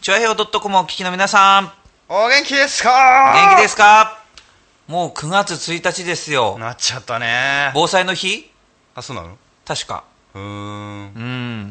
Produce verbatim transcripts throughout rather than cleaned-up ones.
チョアヘオ .com をお聞きの皆さん、 お元気ですか？ 元気ですか？もうくがつついたちですよ。 なっちゃったね。 防災の日？ あ、そうなの？ 確か。 うーん。 うん。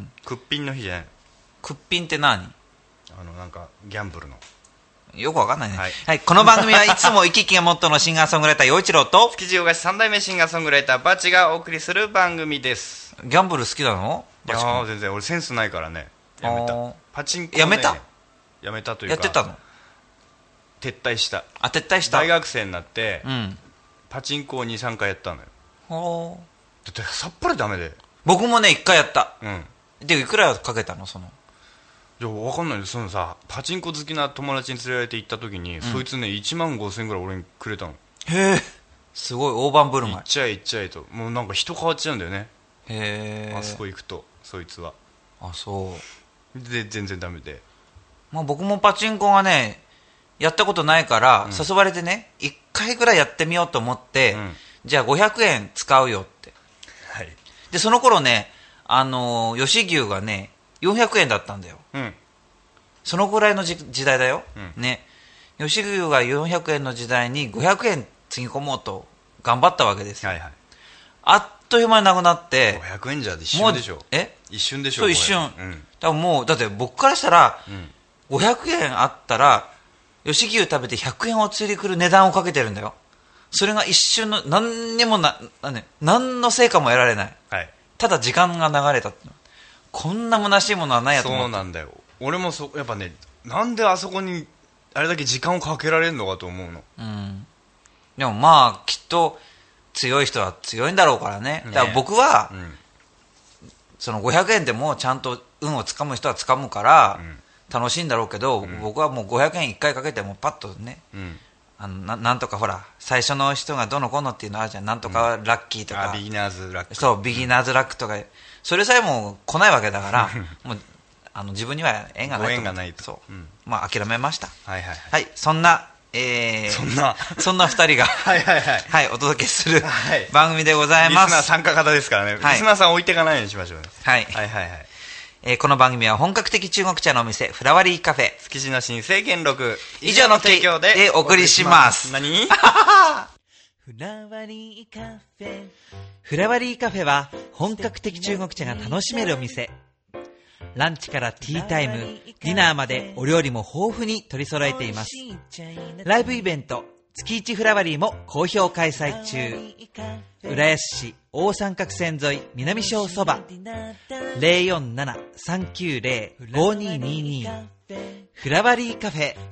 クッピンの日じゃない？ クッピンって何？ あのなんかギャンブルの。 よくわかんないね。 はい、 はい、この番組はいつも生き生きがモットーのシンガーソングライター陽一郎と築地洋菓子三代目シンガーソングライターバチがお送りする番組です。 ギャンブル好きなの？ いやー全然俺センスないからね。やめた。パチンコ、ね、 やめた？ やめたというかやってたの？ 撤退した。 あ、撤退した。 大学生になって、 うん、パチンコをにさんかいやったのよ。 ほだってさっぱりダメで。 僕もねいっかいやった。 うん。 でいくらかけたの？そのいや分かんないです。そのさパチンコ好きな友達に連れられて行った時に、うん、そいつねいちまんごせんぐらい俺にくれたの。 へえ、すごい大盤振る舞い。 行っちゃえ行っちゃえと。もうなんか人変わっちゃうんだよね。 へえ。 あそこ行くとそいつは。 あ、そうで全然ダメで、 まあ、僕もパチンコがねやったことないから、うん、誘われてねいっかいぐらいやってみようと思って、うん、じゃあごひゃくえん使うよって、はい、でその頃ねあの吉牛がねよんひゃくえんだったんだよ、うん、そのぐらいの時代だよ、うん、ね、吉牛がよんひゃくえんの時代にごひゃくえんつぎ込もうと頑張ったわけですよ、はいはい、あっという間になくなって。 ごひゃくえんじゃ一瞬でしょ。 え一瞬でしょ。 そう一瞬、うん、だからもうだって僕からしたら、うん、ごひゃくえんあったら吉牛食べてひゃくえんをついでくる値段をかけてるんだよ。それが一瞬の何にもな、ね、何の成果も得られない、はい、ただ時間が流れた。こんな虚しいものはないやと思って。 そうなんだよ。俺もそやっぱね、なんであそこにあれだけ時間をかけられるのかと思うの、うん、 でもまあきっと強い人は強いんだろうからね。だから僕は、ね、うん、そのごひゃくえんでもちゃんと運をつかむ人はつかむから楽しいんだろうけど、うん、僕はもうごひゃくえんいっかいかけてもパッとね、うん、あの な, なんとかほら最初の人がどのこのっていうのあるじゃん。なんとかラッキーとか、 うん、ビギナーズラック。 そうビギナーズラックとか、それさえも来ないわけだからもうあの自分には縁がないと。 ご縁がないと。 そう、うん、まあ諦めました。 はいはいはい、 はい、そんなえー、 そんなそんなふたりがはいはい、はいはい、お届けする番組でございます。 リスナー参加型ですからね、はい、リスナーさん置いていかないようにしましょうね。はい、はいはいはい、 えー、この番組は本格的中国茶のお店フラワリーカフェ築地の新生元禄以上の提供でお送りします。 何フラワリーカフェ。フラワリーカフェは本格的中国茶が楽しめるお店。ランチからティータイム、ディナーまでお料理も豊富に取り揃えています。ライブイベント月一フラワリーも好評開催中。浦安市大三角線沿い南小そば ゼロよんなな さんきゅうゼロ ごにーにーにー フラワリーカフェ。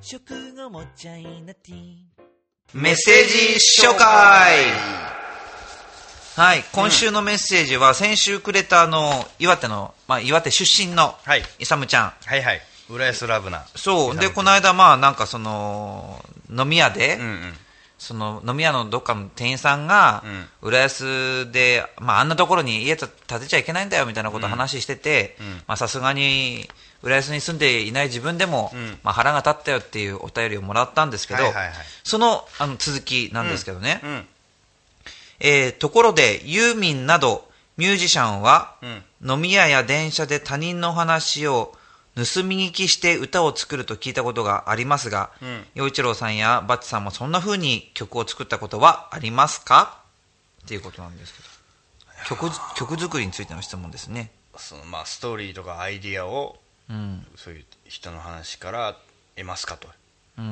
メッセージ紹介。はい、今週のメッセージは先週くれたあの岩手の、まあ、岩手出身のイサムちゃん、はい、 はいはい、浦安ラブな。 そうでこの間まあなんかその飲み屋で、うんうん、その飲み屋のどっかの店員さんが、うん、浦安で、まあ、あんなところに家建てちゃいけないんだよみたいなことを話してて、さすがに浦安に住んでいない自分でも、うんまあ、腹が立ったよっていうお便りをもらったんですけど、はいはいはい、その、あの続きなんですけどね、うんうんえー、ところでユーミンなどミュージシャンは、うん、飲み屋や電車で他人の話を盗み聞きして歌を作ると聞いたことがありますが、陽、うん、一郎さんやバッチさんもそんな風に曲を作ったことはありますかっていうことなんですけど、 曲, 曲作りについての質問ですね。 その、まあ、ストーリーとかアイディアを、うん、そういう人の話から得ますかと、うん、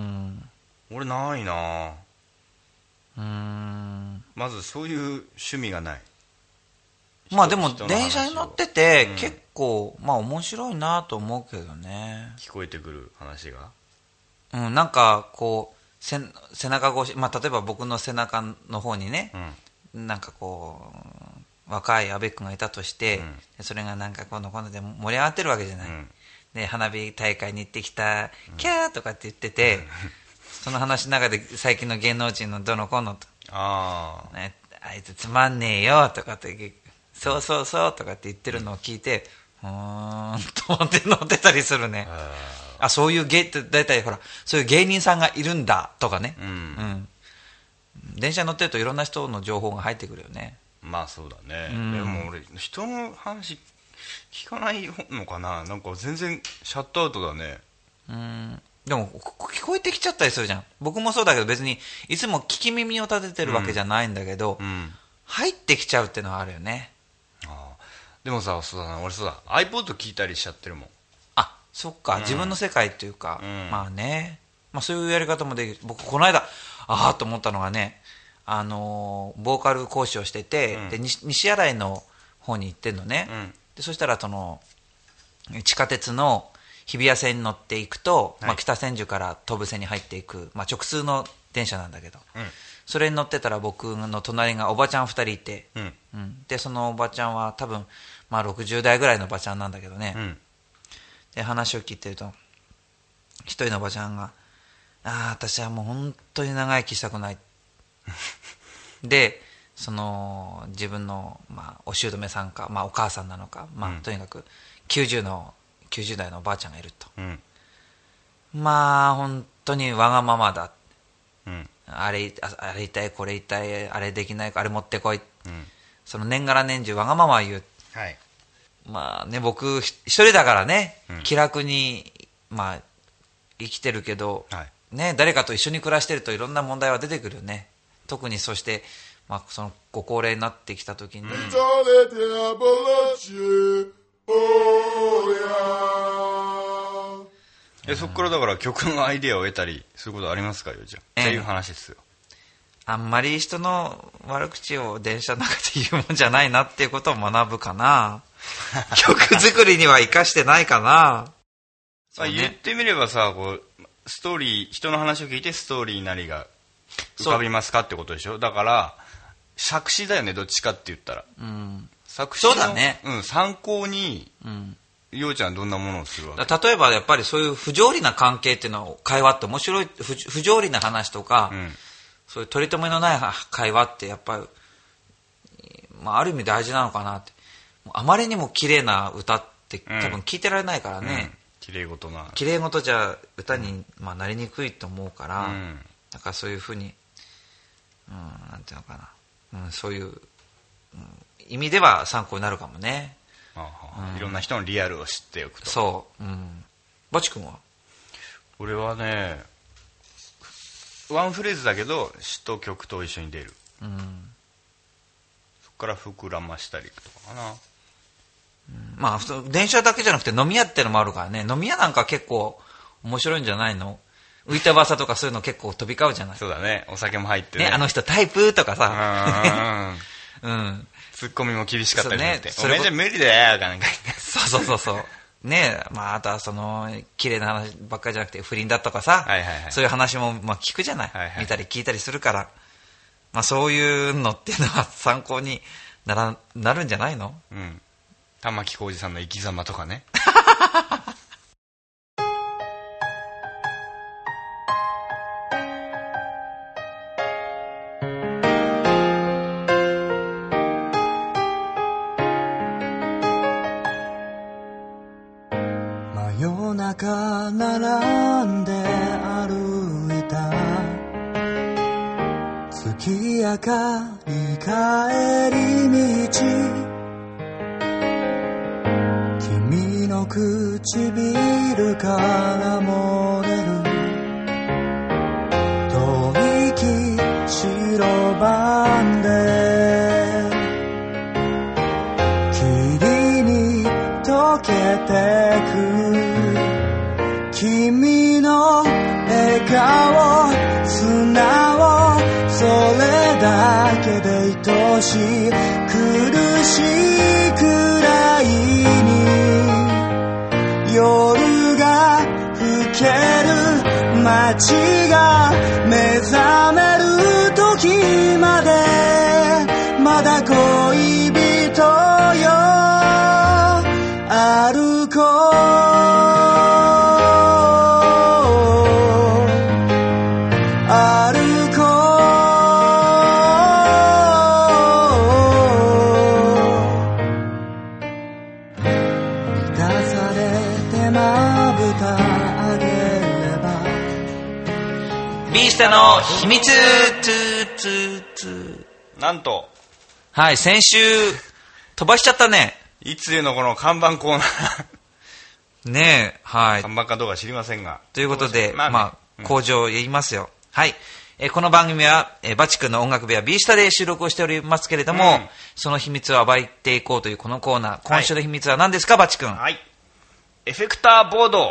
俺ないな。うーんまずそういう趣味がない。 まあでも電車に乗ってて、うん、結構まあ面白いなと思うけどね。 聞こえてくる話が、 うん、なんかこう 背, 背中越し、まあ、例えば僕の背中の方にね、うん、なんかこう若い阿部君がいたとして、うん、それがなんかこのこので盛り上がってるわけじゃない、うん、で花火大会に行ってきた、うん、キャーとかって言ってて、うん、その話の中で最近の芸能人のどのこのと、あ, ね、あいつつまんねえよとかってそうそうそうとかって言ってるのを聞いて、うーんと思って乗ってたりするね。ああ、そういう芸って大体ほらそういう芸人さんがいるんだとかね、うんうん、電車乗ってるといろんな人の情報が入ってくるよね。 まあそうだね、うん、でも俺人の話聞かないのかな。なんか全然シャットアウトだね。 うん。でも聞こえてきちゃったりするじゃん。僕もそうだけど別にいつも聞き耳を立ててるわけじゃないんだけど、うんうん、入ってきちゃうっていうのはあるよね。 あでもさ、そうだな、俺そうだ iPod 聞いたりしちゃってるもん。 あ、そっか、うん、自分の世界っていうか、うん、まあね、まあ、そういうやり方もできる。僕この間ああと思ったのがね、あのー、ボーカル講師をしてて、うん、で 西, 西新井の方に行ってんのね、うん、でそしたらその地下鉄の日比谷線に乗っていくと、はい、まあ、北千住から東武線に入っていく、まあ、直通の電車なんだけど、うん、それに乗ってたら僕の隣がおばちゃんふたりいて、うんうん、でそのおばちゃんは多分、まあ、ろくじゅう代ぐらいのおばちゃんなんだけどね、うん、で話を聞いてると一人のおばちゃんがああ私はもう本当に長生きしたくないでその自分の、まあ、お姑さんか、まあ、お母さんなのか、まあ、うん、とにかくきゅうじゅうのきゅうじゅう代のおばあちゃんがいると、うん、まあ本当にわがままだ、うん、あれあれ痛いこれ痛いあれできないあれ持ってこい、うん、その年がら年中わがまま言う、はい、まあね僕一人だからね、うん、気楽にまあ生きてるけど、はいね、誰かと一緒に暮らしてるといろんな問題は出てくるよね。特にそして、まあ、そのご高齢になってきた時に、うんえそこからだから曲のアイデアを得たりそういうことありますかよじゃあ、っていう話ですよ。 あんまり人の悪口を電車の中で言うもんじゃないなっていうことを学ぶかな曲作りには生かしてないかなまあ、言ってみればさこうストーリー人の話を聞いてストーリーなりが浮かびますかってことでしょ。だから作詞だよねどっちかって言ったら、うん、作詞のそうだね、 うん、参考に、うん、ようちゃんどんなものをするわけ。 例えばやっぱりそういう不条理な関係っていうのを会話って面白い 不, 不条理な話とか、うん、そういう取り留めのない会話ってやっぱり、まあ、ある意味大事なのかなって。あまりにも綺麗な歌って多分聞いてられないからね、うんうん綺麗事な綺麗事じゃ歌に、まあ、なりにくいと思うから、うん、だからそういうふうに、うん、なんていうのかな、うん、そういう、うん、意味では参考になるかもね。 ああ、うん、いろんな人のリアルを知っておくと。 そう、うん、バチ君は？ 俺はねワンフレーズだけど詩と曲と一緒に出る、うん、そこから膨らましたりとかかな。 まあ、電車だけじゃなくて飲み屋ってのもあるからね。飲み屋なんか結構面白いんじゃないの？浮いた噂とかそういうの結構飛び交うじゃない。 そうだね、お酒も入ってね、 ねあの人タイプとかさうん、うん、ツッコミも厳しかったりして、ね、お前じゃ無理だよかなんかそうそうそうそうねえ、まあ、あとはその綺麗な話ばっかりじゃなくて不倫だとかさ、はいはいはい、そういう話もまあ聞くじゃない、はいはい、見たり聞いたりするから、まあ、そういうのっていうのは参考にならなるんじゃないの？うん玉置浩二さんの生き様とかね真夜中並んで歩いた月明かり帰り道唇から漏れる吐息白番で霧に溶けてく君の笑顔素直それだけで愛しい苦しいくらいに夜が更ける街が目覚める時までまだ恋人よ歩こう歩こう満たされまぶたあげればビースタの秘密ツーツーツーなんとはい先週飛ばしちゃったね。 いつゆのこの看板コーナーねえ、はい。 看板かどうか知りませんが。 ということで、まあ、 まあ、 工場言いますよ。はい。えー、この番組は、えー、バチ君の音楽部屋 B スタで収録をしておりますけれども、うん、その秘密を暴いていこうというこのコーナー、今週の秘密は何ですか、はい、バチ君。 はい。エフェクターボード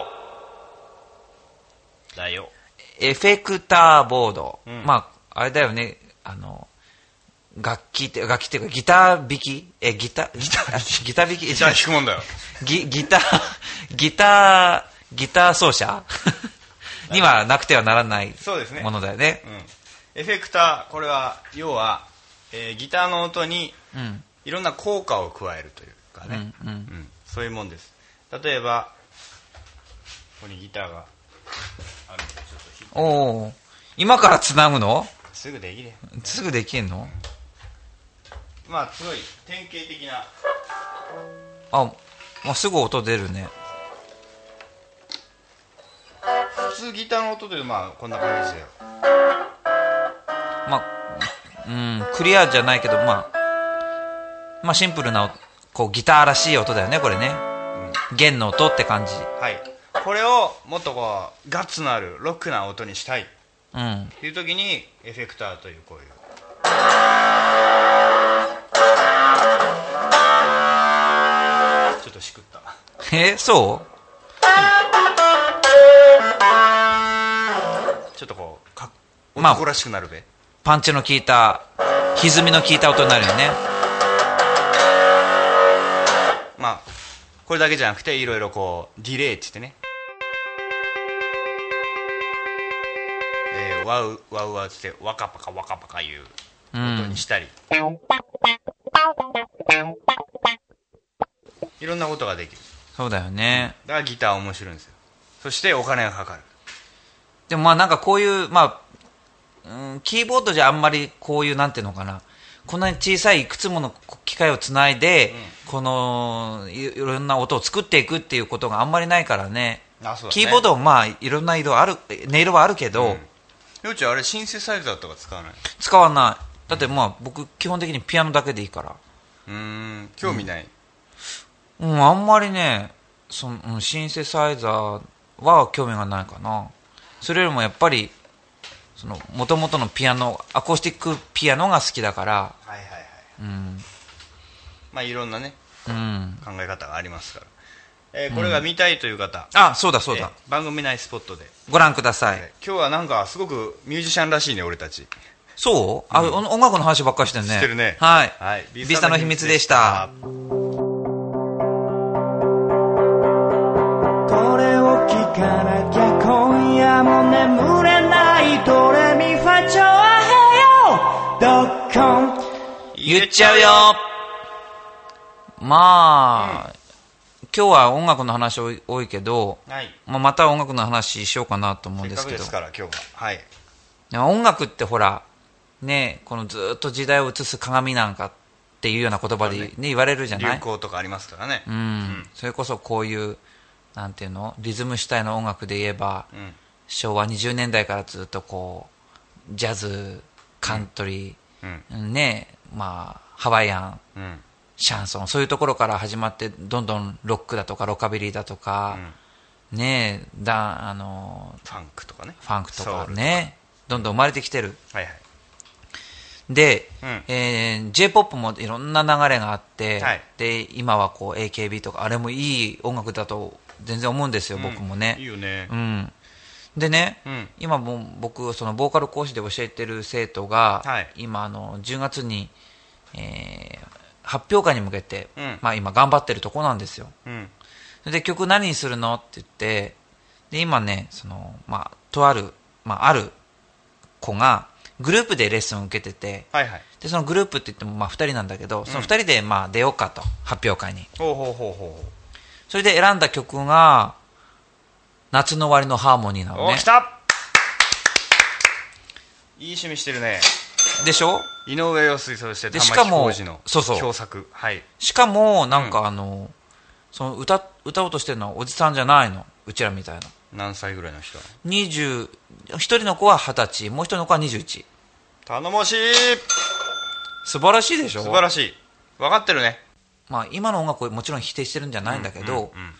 だよ。 エフェクターボード。うん、まあ、あれだよね、あの、楽器って、楽器っていうかギター弾きえ、ギター、ギター、ギター弾きギター弾くもんだよ。 ギ、ギター、ギター、ギター奏者にはなくてはならないものだよね。 うん、エフェクター、これは要は、えー、ギターの音にいろんな効果を加えるというかね、うんうんうん、そういうもんです。例えばここにギターがあるんでちょっとおー、今からつなぐの？ すぐできる。 すぐできんの？ まあすごい典型的な。 あ、まあ、すぐ音出るね。 普通ギターの音でまあこんな感じですよ。 まあ、うん、クリアじゃないけど、まあ、まあシンプルなこうギターらしい音だよね、これね。うん、弦の音って感じ。 はい。これをもっとこうガッツのあるロックな音にしたい。うん。っていう時にエフェクターというこういう。ちょっとしくった。 えー、そう？ ちょっとこうか男らしくなるべ、まあ、 パンチの効いた歪みの効いた音になるよね。 まあこれだけじゃなくていろいろこうディレイって言ってね、えー、ワウワウワウってワカパカワカパカいう音にしたり、うん、いろんなことができる。 そうだよね。 だからギター面白いんですよ。そしてお金がかかる。 でもまあなんかこういうまあ、うん、キーボードじゃあんまりこういうなんていうのかな、こんなに小さいいくつもの機械をつないで、うん、この い, いろんな音を作っていくっていうことがあんまりないからね。あ、そうだね。キーボードもまあいろんな色ある、音色はあるけど、 ようちゃんあれシンセサイザーとか使わない？ 使わない。だってまあ僕基本的にピアノだけでいいから。 うーん、興味ない。 うん、うん、あんまりね、そのシンセサイザーは興味がないかな。それよりもやっぱりその元々のピアノ、アコースティックピアノが好きだから。はいはいはい。うん。 まあいろんなね、 うん、 考え方がありますから。えー、これが見たいという方、 うん、あ、そうだそうだ、 えー、番組内スポットでご覧ください。 えー、今日はなんかすごくミュージシャンらしいね、俺たち。 そう？あ、うん、音楽の話ばっかりしてるね。 してるね。 はい。 はい。 ビスタの秘密でした。 これを聞かなきゃ今夜も眠れないドレミファチョアヘヨドッコン言っちゃうよ。まあ、うん、今日は音楽の話多いけど、はい、まあ、また音楽の話しようかなと思うんですけど。 せっかくですから今日は。はい。 音楽ってほらね、このずっと時代を映す鏡なんかっていうような言葉で、ねね、言われるじゃない。 流行とかありますからね。 うん。うん、それこそこういうなんていうの、リズム主体の音楽で言えば、うん、昭和にじゅうねんだいからずっとこうジャズ、カントリー、うん、ね、まあハワイアン、うん、シャンソン、そういうところから始まってどんどんロックだとかロカビリーだとか、うん、ね、だあのファンクとかね、 ファンクとかね、どんどん生まれてきてる。 はいはい。 で、うん、えー、J-ポップ もいろんな流れがあって、はい、で今はこう エーケービー とかあれもいい音楽だと全然思うんですよ、うん、僕もね。 いいよね。 うん。でね、うん、今も僕そのボーカル講師で教えてる生徒が、はい、今あのじゅうがつに、えー、発表会に向けて、うん、まあ、今頑張ってるとこなんですよ。うん、で曲何にするのって言って、で今ねその、まあ、とある、まあ、ある子がグループでレッスンを受けてて、はいはい、でそのグループって言ってもまあふたりなんだけど、そのふたりでまあ出ようかと、発表会に。 ほうほうほうほう。 それで選んだ曲が夏の終わりのハーモニーなのね。 お、来た。いい趣味してるね。 でしょ。 井上陽水、そして玉置浩二の共作。はい。 しかもなんかあの、うん、その 歌, 歌おうとしてるのはおじさんじゃないの、うちらみたいな。 何歳ぐらいの人？ にじゅう、ひとりの子ははたち、もうひとりの子はにじゅういち。 頼もしい。 素晴らしいでしょ。 素晴らしい。分かってるね。 まあ今の音楽をもちろん否定してるんじゃないんだけど、うんうんうん、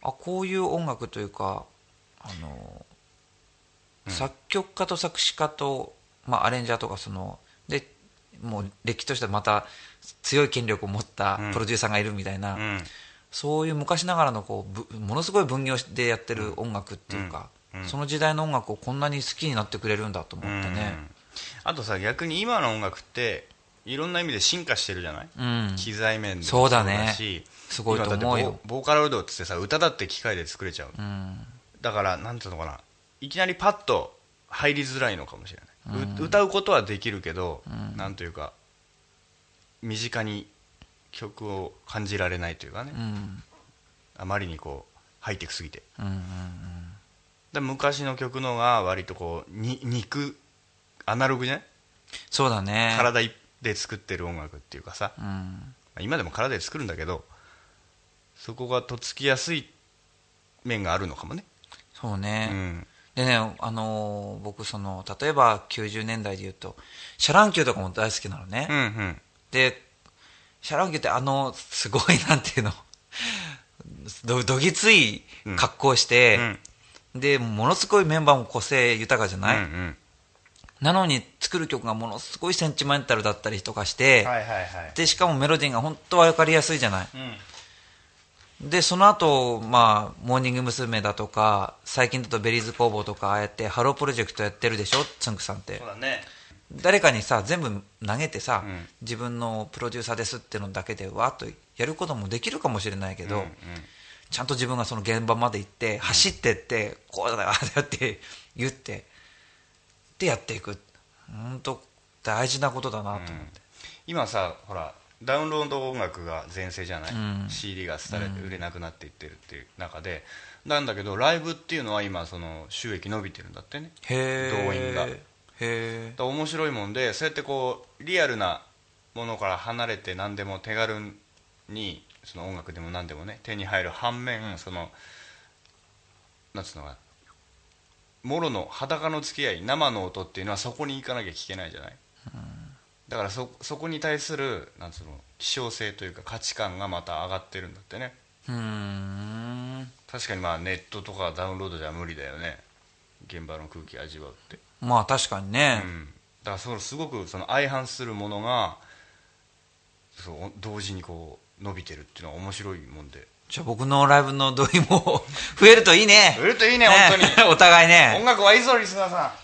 あこういう音楽というかあの、うん、作曲家と作詞家と、まあ、アレンジャーとかそのでもうれっきとしたまた強い権力を持ったプロデューサーがいるみたいな、うんうん、そういう昔ながらのこうものすごい分業でやってる音楽っていうか、うんうん、その時代の音楽をこんなに好きになってくれるんだと思ってね、うん、 あとさ逆に今の音楽っていろんな意味で進化してるじゃない、うん、機材面でもそうだねしすごいと思うよ。 ボーカロイドってさ歌だって機械で作れちゃう、うん、だからなんていうのかないきなりパッと入りづらいのかもしれない、うん、う歌うことはできるけど、うん、なんというか身近に曲を感じられないというかね、うん、あまりにこうハイテクすぎて、うんうんうん、で昔の曲のが割とこうに肉アナログじゃない？ そうだね。 体で作ってる音楽っていうかさ、うん、今でも体で作るんだけどそこがとっつきやすい面があるのかもね。 そうね、うん、でね、あのー、僕その例えばきゅうじゅうねんだいでいうとシャランキューとかも大好きなのね、うんうん、でシャランキューってあのすごいなんていうのど, どぎつい格好して、うんうん、でものすごいメンバーも個性豊かじゃない、うんうん、なのに作る曲がものすごいセンチメンタルだったりとかして、はいはいはい、でしかもメロディーが本当は分かりやすいじゃない、うん、でその後、まあモーニング娘。だとか最近だとベリーズ工房とかああやってハロープロジェクトやってるでしょつんくさんって。 そうだね。 誰かにさ全部投げてさ、うん、自分のプロデューサーですってのだけでわっとやることもできるかもしれないけど、うんうん、ちゃんと自分がその現場まで行って、うん、走ってってこうだよああだよって言ってでやっていく本当大事なことだなと思って、うん、 今さほらダウンロード音楽が全盛じゃない、うん、シーディー が廃れて売れなくなっていってるっていう中でなんだけどライブっていうのは今その収益伸びてるんだってね。 へー動員がへだ面白いもんでそうやってこうリアルなものから離れて何でも手軽にその音楽でも何でもね手に入る反面そのなんつうのかもろの裸の付き合い生の音っていうのはそこに行かなきゃ聞けないじゃない、うん、だから そ, そこに対するなんつうの希少性というか価値観がまた上がってるんだってね。うーん確かにまあネットとかダウンロードじゃ無理だよね現場の空気味わうって。 まあ確かにね、 うん、だからそのすごくその相反するものがそう同時にこう伸びてるっていうのは面白いもんで。 じゃあ僕のライブの動員も増えるといいね。 増えるといいね、ね本当にお互いね。 音楽はいいぞリスナーさん。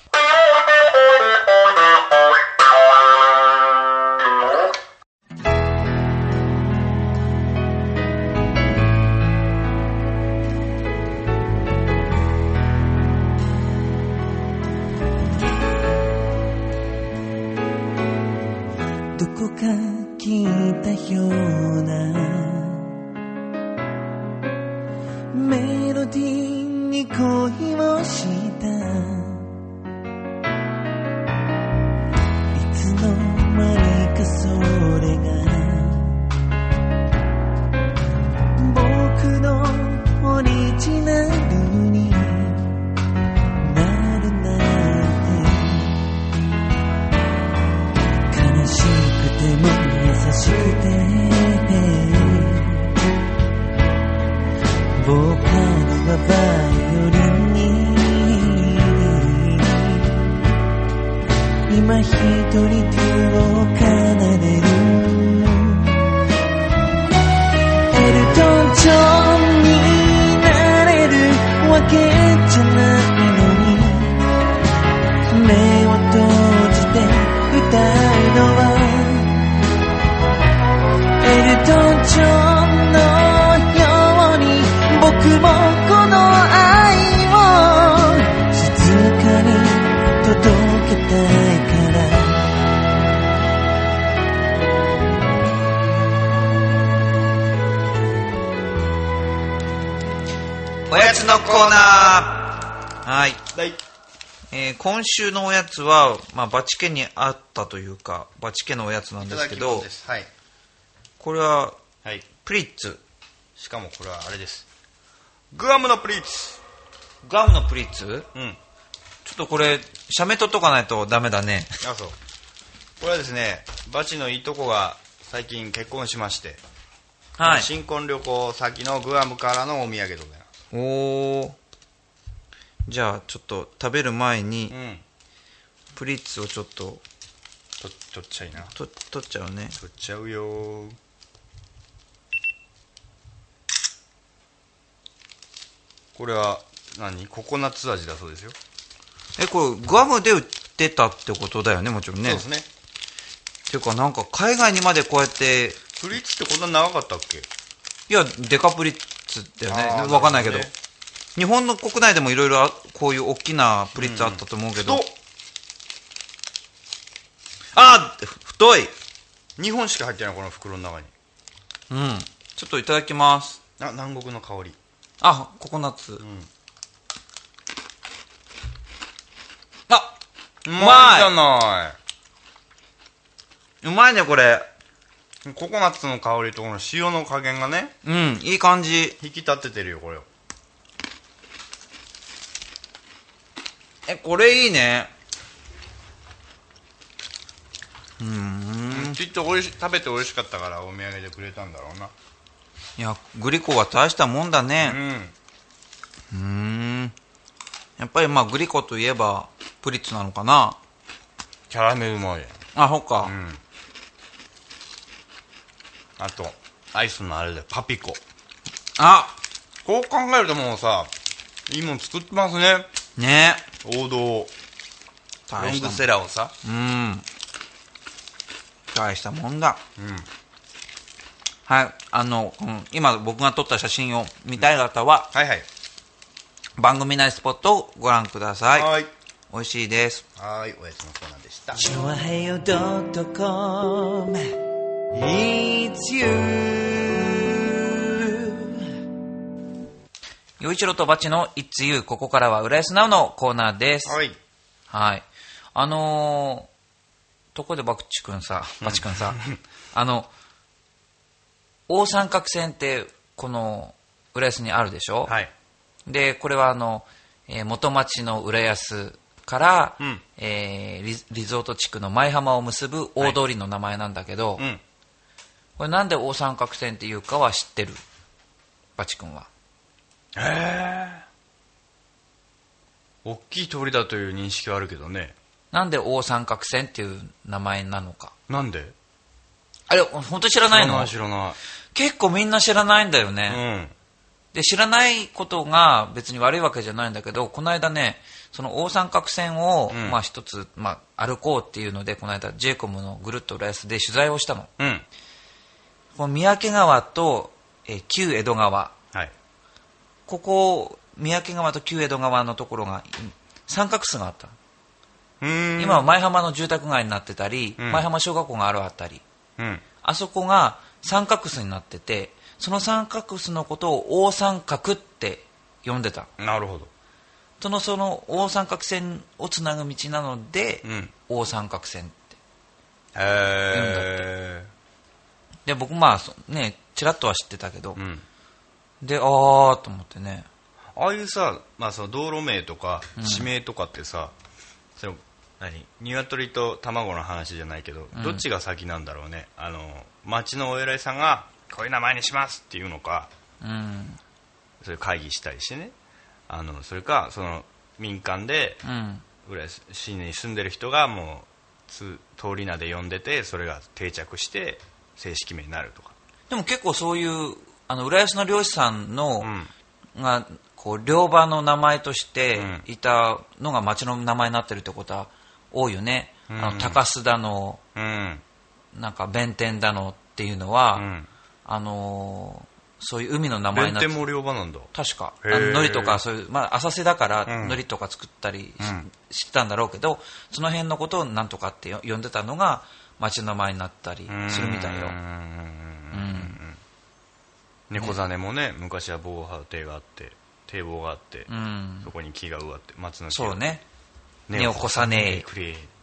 どこか聞いたようなメロディーに恋をしたいつの間にかそれが僕のオリジナルになるなんて悲しくても優しくてボーカルはバイオリンに今一人手を奏でるエルトン・ジョンになれるわけじゃないのに目を閉じて歌うのはエルトン・ジョンの僕もこの愛を静かに届けたいからおやつのコーナー。はい、はいえー、今週のおやつは、まあ、バチ家にあったというかバチ家のおやつなんですけど、 はい、 これは、はい、プリッツ。 しかもこれはあれです、グアムのプリッツ。 グアムのプリッツ、うん、ちょっとこれ写メ撮っとかないとダメだね。 あそうこれはですねバチのいとこが最近結婚しまして、はい、新婚旅行先のグアムからのお土産でございます。 おー、じゃあちょっと食べる前に、 うん、 プリッツをちょっとと取っちゃいな。 と取っちゃうね。 取っちゃうよ。これは何？ココナッツ味だそうですよ。 え、これグアムで売ってたってことだよね、もちろんね。 そうですね。 っていうかなんか海外にまでこうやって。 プリッツってこんな長かったっけ？ いや、デカプリッツだよね。わかんないけど、ね、日本の国内でもいろいろこういう大きなプリッツあったと思うけど、うん、あー、太い。 にほんしか入ってない、この袋の中に。 うん、ちょっといただきます。 あ、南国の香り。 あ、ココナッツ、うん、あ、うまい。うまいじゃない。うまいね、これ。 ココナッツの香りとこの塩の加減がね、 うん、いい感じ。 引き立ててるよ、これを。 え、これいいね。うーん、 きっとおいし食べて美味しかったからお土産でくれたんだろうな。 いや、グリコは大したもんだね。うん、うーん、やっぱりまあグリコといえばプリッツなのかな。 キャラメルもあるやん。 あ、そっか、うん、 あとアイスのあれでパピコ。 あ、 こう考えるともうさ、いいもん作ってますね。 ね、 王道ロングセラーをさ、 うん、大したもんだ。 うん、 はい、あの、うん、今僕が撮った写真を見たい方は、 うん、はいはい、 番組内スポットをご覧ください。 はい、 美味しいです。 はい、おやつのコーナーでした。 チョアヘヨドットコム It's you。 陽一郎とバチの It's You。 ここからは浦安ナウのコーナーです。 はい、 はい、あのー、ところでバチ君さ、バチ君さ、あの大三角線ってこの浦安にあるでしょ。 はい、 でこれはあの、えー、元町の浦安から、うん、えー、リ, リゾート地区の舞浜を結ぶ大通りの名前なんだけど、はい、うん、これなんで大三角線っていうかは知ってる？バチ君は。 へえ、大きい通りだという認識はあるけどね。 なんで大三角線っていう名前なのか。 なんで？ あれ本当知らないの？ 知らない知らない。 結構みんな知らないんだよね、うん、で知らないことが別に悪いわけじゃないんだけど、この間ね、その大三角線を、うん、まあ一つ、まあ、歩こうっていうのでこの間 ジェイコム のぐるっと浦安で取材をしたの、うん、この三宅川と、えー、旧江戸川、はい、ここ三宅川と旧江戸川のところが三角州があった。うーん、今は舞浜の住宅街になってたり、うん、舞浜小学校があるあたり、うん、あそこが三角州になってて、その三角州のことを大三角って呼んでた。 なるほど。 そのその大三角線をつなぐ道なので、うん、大三角線って言うんだって。へー。で僕まあねちらっとは知ってたけど、うん、であーと思ってね。 ああいうさ、まあ、その道路名とか地名とかってさ、うん、その何鶏と卵の話じゃないけど、うん、どっちが先なんだろうね。あの町のお偉いさんがこういう名前にしますっていうのか、うん、それ会議したりしてね、あのそれかその民間で、うん、浦安市に住んでる人がもうつ通り名で呼んでて、それが定着して正式名になるとか。 でも結構そういうあの浦安の漁師さんの、うん、がこう漁場の名前としていたのが町の名前になってるってことは多いよね、うん、あの高須だの、うん、なんか弁天だのっていうのは、うん、あのー、そういう海の名前になって弁天も漁場なんだ。 確かあの海苔とかそういう、まあ、浅瀬だから海苔とか作ったり し,、うん、してたんだろうけど、その辺のことをなんとかって呼んでたのが町の名前になったりするみたいよ。 猫ザネもね、昔は防波堤があって堤防があって、うん、そこに木が植わって松の木そうね、根を越さねえくれって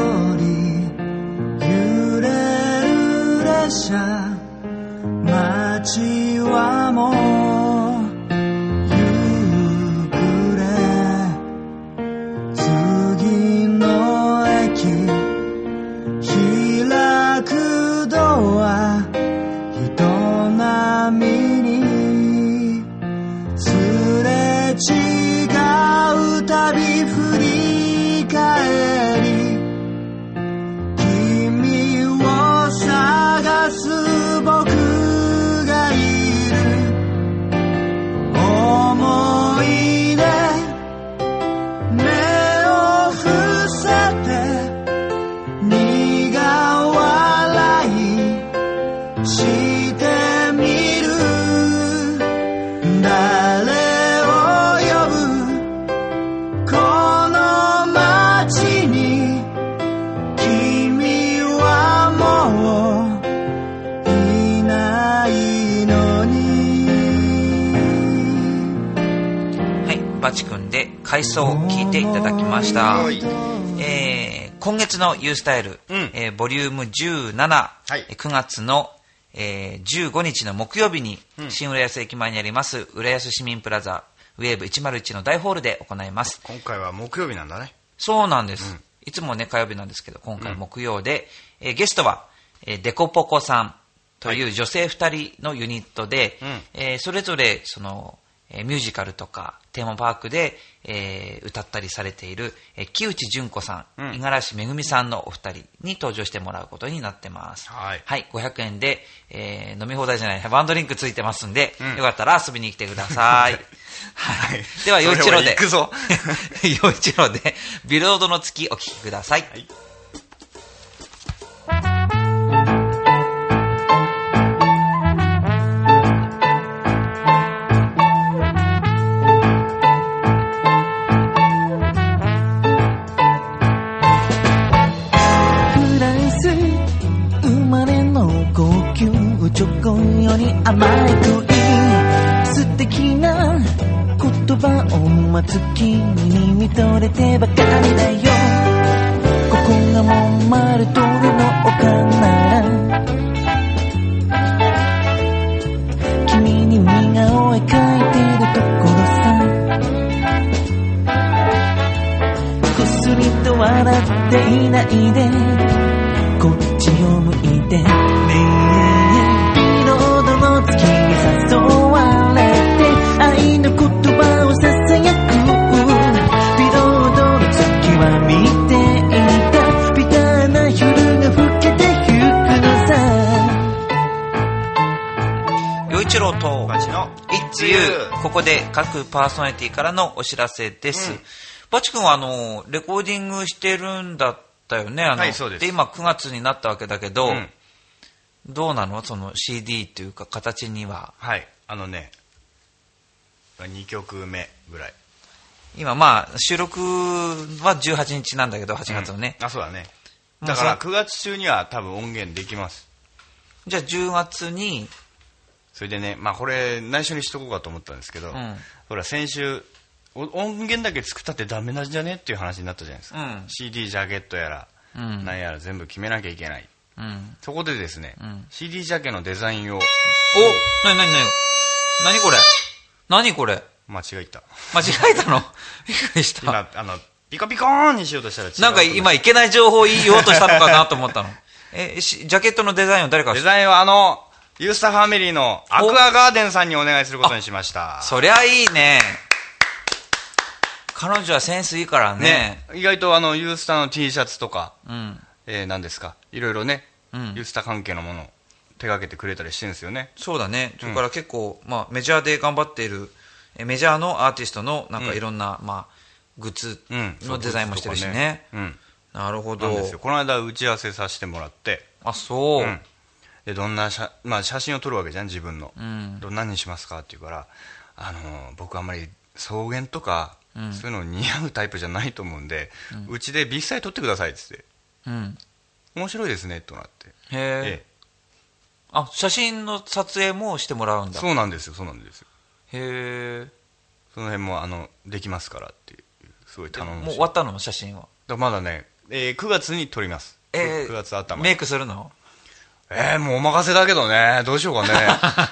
まバチ君で海藻を聴いていただきました。えー、今月の U スタイル、うん、えー、ボリュームじゅうなな、はい、くがつの、えー、じゅうごにちの木曜日に、うん、新浦安駅前にあります浦安市民プラザウェーブいちまるいちの大ホールで行います。 今回は木曜日なんだね。 そうなんです、うん、いつもね火曜日なんですけど今回木曜で、うん、えー、ゲストは、えー、デコポコさんという女性ふたりのユニットで、はい、えー、それぞれそのミュージカルとかテーマパークで、えー、歌ったりされている、えー、木内純子さん、五十嵐めぐみさんのお二人に登場してもらうことになってます。はい、はい、ごひゃくえんで、えー、飲み放題じゃないワンドリンクついてますんで、うん、よかったら遊びに来てください。はい、では陽一郎で陽一郎でビロードの月お聴きください。はい、 チョコより甘い恋素敵な言葉を待つ君に見とれてばかりだよ。ここがモンマルトルの丘なら君に似顔絵描いてるところさ。くすりと笑っていないでこっちを向いてねえ月に誘われて愛の言葉をささやくビロードの月は見ていたビターな夜が更けてゆくのさ。 陽一郎とバチの It's You。 ここで各パーソナリティからのお知らせです。うん、バチ君はあのレコーディングしてるんだったよね。あの、はい、そうです。で今くがつになったわけだけど、うん、どうなのその シーディー っていうか形には。 はいあのねにきょくめぐらい今まあ収録はじゅうはちにちなんだけどはちがつのね、 うん、あそうだねだからくがつ中には多分音源できます。 じゃあじゅうがつにそれでねまあこれ内緒にしとこうかと思ったんですけど、うん、ほら先週音源だけ作ったってダメなんじゃねっていう話になったじゃないですか、うん、シーディー ジャケットやら、うん、何やら全部決めなきゃいけない。うん、そこでですね、うん、シーディー ジャケのデザインを。お、 なになになになにこれなにこれ間違えた間違えたのびっくりした。 今あのピコピコーンにしようとしたら違う。 なんか今いけない情報を言おうとしたのかなと思ったのえジャケットのデザインを誰かデザインはあのユースタファミリーのアクアガーデンさんにお願いすることにしました。 そりゃいいね。彼女はセンスいいからね。 ね意外とあのユースタの T シャツとか、うんえー、何ですかいろいろね、うん、ユースタ関係のものを手掛けてくれたりしてるんですよね。 そうだね。それから結構、うんまあ、メジャーで頑張っているメジャーのアーティストのなんかいろんな、うんまあ、グッズのデザインもしてるしね、うんねうん、なるほど。なんですよ。 この間打ち合わせさせてもらって。 あそう、うん、 でどんな写、まあ、写真を撮るわけじゃん自分の、うん、どんなにしますかって言うからあの僕あんまり草原とか、うん、そういうの似合うタイプじゃないと思うんでうち、ん、で実際撮ってくださいって言って、うん、面白いですねとなって。へえ。あ写真の撮影もしてもらうんだ。 そうなんですよそうなんですよ。 へえ。 その辺もあのできますからっていうすごい頼むし。 もう終わったの写真は。 だまだね、えー、くがつに撮ります、えー、くがつ頭。 メイクするの？ えー、もうお任せだけどねどうしようかね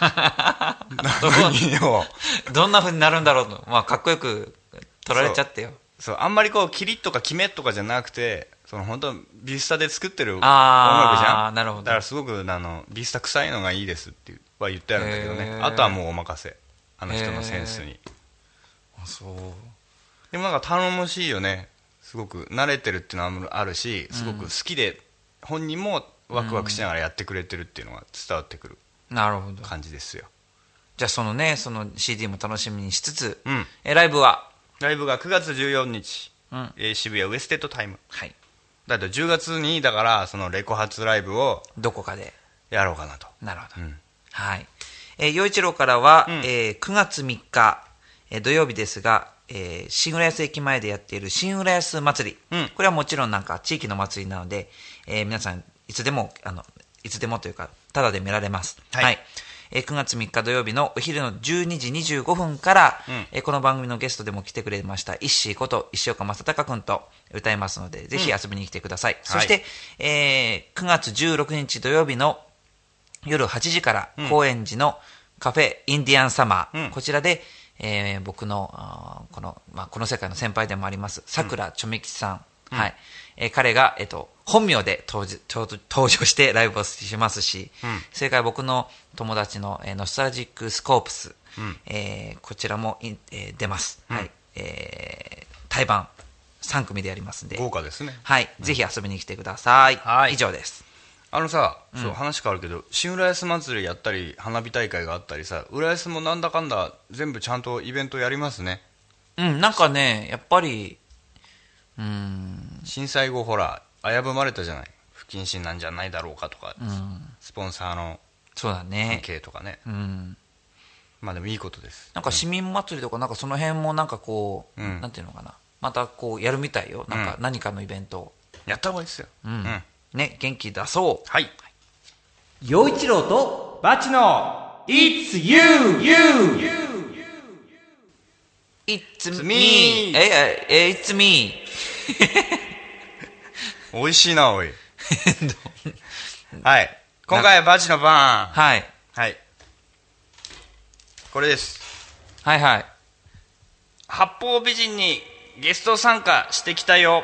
何よどんな風になるんだろうと、まあ、かっこよく撮られちゃってよ。 そう、そうあんまりこうキリッとかキメとかじゃなくてその本当ビスタで作ってる音楽じゃん。あなるほど。だからすごくあのビスタ臭いのがいいですっては言ってあるんだけどね。あとはもうお任せあの人のセンスに。 あそう。 でもなんか頼もしいよね。すごく慣れてるっていうのはあるしすごく好きで、うん、本人もワクワクしながらやってくれてるっていうのが伝わってくる感じですよ。 じゃあそのねその シーディー も楽しみにしつつ、うん、えライブはライブがくがつじゅうよっか、うんえー、渋谷ウエステッドタイム。はいだってじゅうがつにだからそのレコ発ライブをどこかでやろうかなと。 なるほど、うん、はい陽、えー、一郎からは、うんえー、くがつみっか、えー、土曜日ですが、えー、新浦安駅前でやっている新浦安祭り、うん、これはもちろんなんか地域の祭りなので、えー、皆さんいつでもあのいつでもというかタダで見られます。はい、はいえー、くがつみっか土曜日のお昼のじゅうにじにじゅうごふんから、うんえー、この番組のゲストでも来てくれましたイッシーこと石岡正隆君と歌いますので、ぜひ遊びに来てください。うん、そして、はいえー、くがつじゅうろくにち土曜日の夜はちじから、うん、高円寺のカフェインディアンサマー、うん、こちらで、えー、僕のこの、まあ、この世界の先輩でもありますさくらちょめきちさん、うんはいえー、彼が、えっと、本名で登場、登場してライブをしますし、うん、それから僕の友達の、えー、ノスタルジックスコープス、うんえー、こちらも、えー、出ます、うんはいえー、対バンさん組でやりますんで豪華ですね、 はいうん、ぜひ遊びに来てください、はい、以上です。 あのさ、そう、話変わるけど、新浦安祭りやったり花火大会があったりさ、浦安もなんだかんだ全部ちゃんとイベントやりますね。 うんなんかねやっぱりうん震災後ほら危ぶまれたじゃない、不謹慎なんじゃないだろうかとか、うん、スポンサーの関係とかね、 うん、 まあでもいいことです。 なんか市民祭りとかなんかその辺もなんかこう、うん、なんていうのかなまたこうやるみたいよ、なんか何かのイベントを、 うん、やった方がいいですよ、 うんうんね、元気出そう。 はい。 陽一郎とバチの It's you, you, It's me. え、え、It's me. 美味しいな、おい。はい。今回はバチの番。 はい。 はい。これです。 はいはい。 八方美人にゲスト参加してきたよ。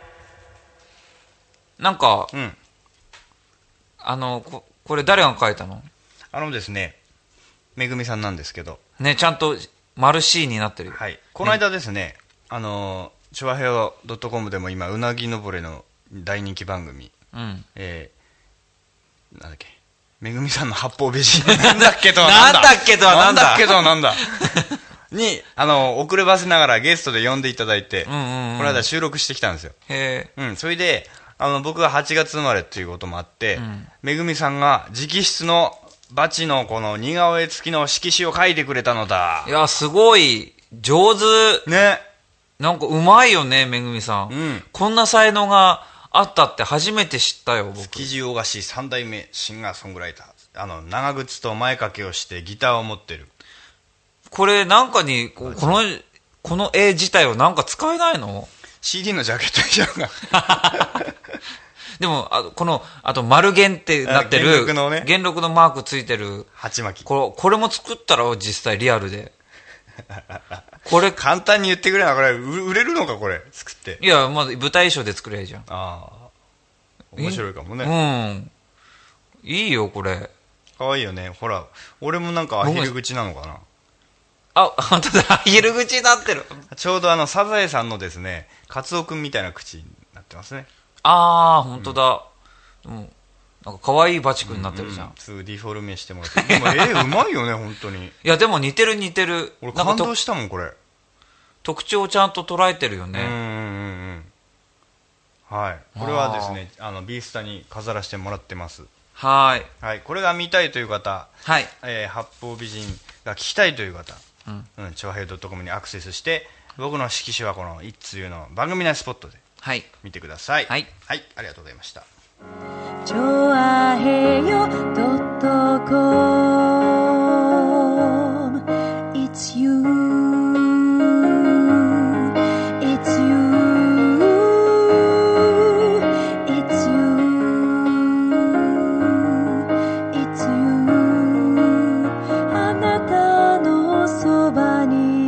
なんか、 うん、 あの こ, これ誰が書いたの？ あのですね、めぐみさんなんですけどね、ちゃんと丸 C になってるよ。 はい、この間ですね、ねあのチョアヘオ .com でも今うなぎのぼれの大人気番組、 うんえー、なんだっけ、めぐみさんの八方美人なんだっけとはなんだなんだっけとはなんだなんだっけとはなんだにあの遅ればせながらゲストで呼んでいただいて、 うんうんうん、 この間収録してきたんですよ。 へー、うん、それであの僕がはちがつ生まれということもあって、うん、めぐみさんが直筆のバチのこの似顔絵付きの色紙を書いてくれたのだ。 いやすごい上手ね、 なんかうまいよねめぐみさん、 うん、 こんな才能があったって初めて知ったよ僕。 築地大菓子さん代目シンガーソングライター、あの長靴と前掛けをしてギターを持ってる。 これなんかにこのこの絵自体はなんか使えないの？ シーディー のジャケットにしようかでもあこのあと丸弦ってなってる元禄のね、 元禄のマークついてる鉢巻き、 これ、これも作ったら実際リアルでこれ簡単に言ってくれな、これ売れるのかこれ作って。 いやまず舞台衣装で作ればいいじゃん。 ああ面白いかもね。 うんいいよこれ。 かわいいよね。ほら俺もなんかアヒル口なのかな。 あ本当だアヒル口になってる。 ちょうどあのサザエさんのですねカツオくんみたいな口になってますね。 ああ本当だ、うん、なんか可愛いバチ君になってるじゃん、うんうん、 すぐディフォルメしてもらってでも絵うまいよね本当に。いやでも似てる似てる。 俺感動したもんこれ。 特徴をちゃんと捉えてるよね。 うんうんうんはい。これはですねあのビースタに飾らせてもらってます。 はいはい。これが見たいという方、 はいえー、八方美人が聞きたいという方、 うんうん、チョアヘイ .com にアクセスして僕の色紙はこの一通の番組内スポットで見てください。 はい、 はい、ありがとうございました。 チョアヘヨ .com It's you It's you It's you It's you あなたのそばに。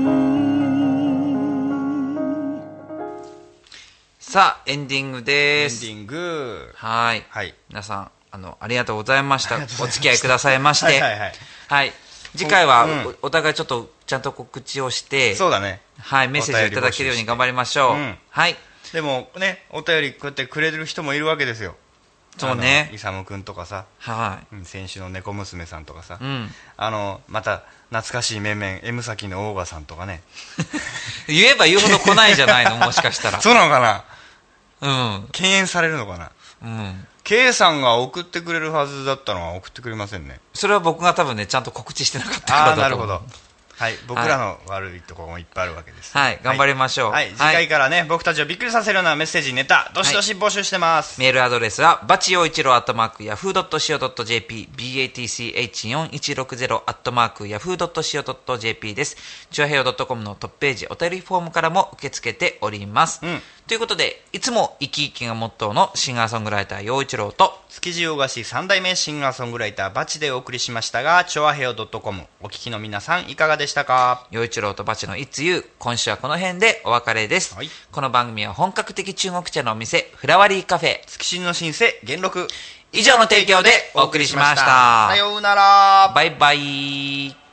さあエンディングです。 エンディング。 はい、 はい、 皆さんあのありがとうございました。お付き合いくださいましてはいはい、はいはい、次回は お,、うん、お互いちょっとちゃんと告知をして、 そうだね、 はい、メッセージをいただけるように頑張りましょう、うん、はい。 でもねお便りこうやってくれる人もいるわけですよ。 そうね、 イサムくんとかさ、 はい、 先週の猫娘さんとかさ、 うん、 あのまた懐かしい面々 M 先のオーガさんとかね言えば言うほど来ないじゃないのもしかしたらそうなのかな。 うん、 敬遠されるのかな。 うん、 K さんが送ってくれるはずだったのは送ってくれませんね。 それは僕が多分ねちゃんと告知してなかったからだと思う。 ああなるほど。 はい、僕らの悪いところもいっぱいあるわけです。 はい、頑張りましょう。 はい、はい、次回からね、僕たちをびっくりさせるようなメッセージ、ネタ、どしどし募集してます。 はい、メールアドレスは、バチよういちろうアットマークヤフードットシーオードットジェーピー、バチよんいちろくゼロアットマークヤフードットシーオードットジェーピー です。チュアヘヨ .com のトップページ、お便りフォームからも受け付けております。うん、ということで、いつも生き生きがモットーのシンガーソングライター、陽一郎と、 築地洋菓子三代目シンガーソングライター、バチでお送りしましたが、チョアヘヨ .com、お聞きの皆さん、いかがでしたか？ 陽一郎とバチの It's You、今週はこの辺でお別れです。はい、この番組は本格的中国茶のお店、フラワリーカフェ、 築地の新生、元禄、 以上の提供でお送りしました。 さようなら。 バイバイ。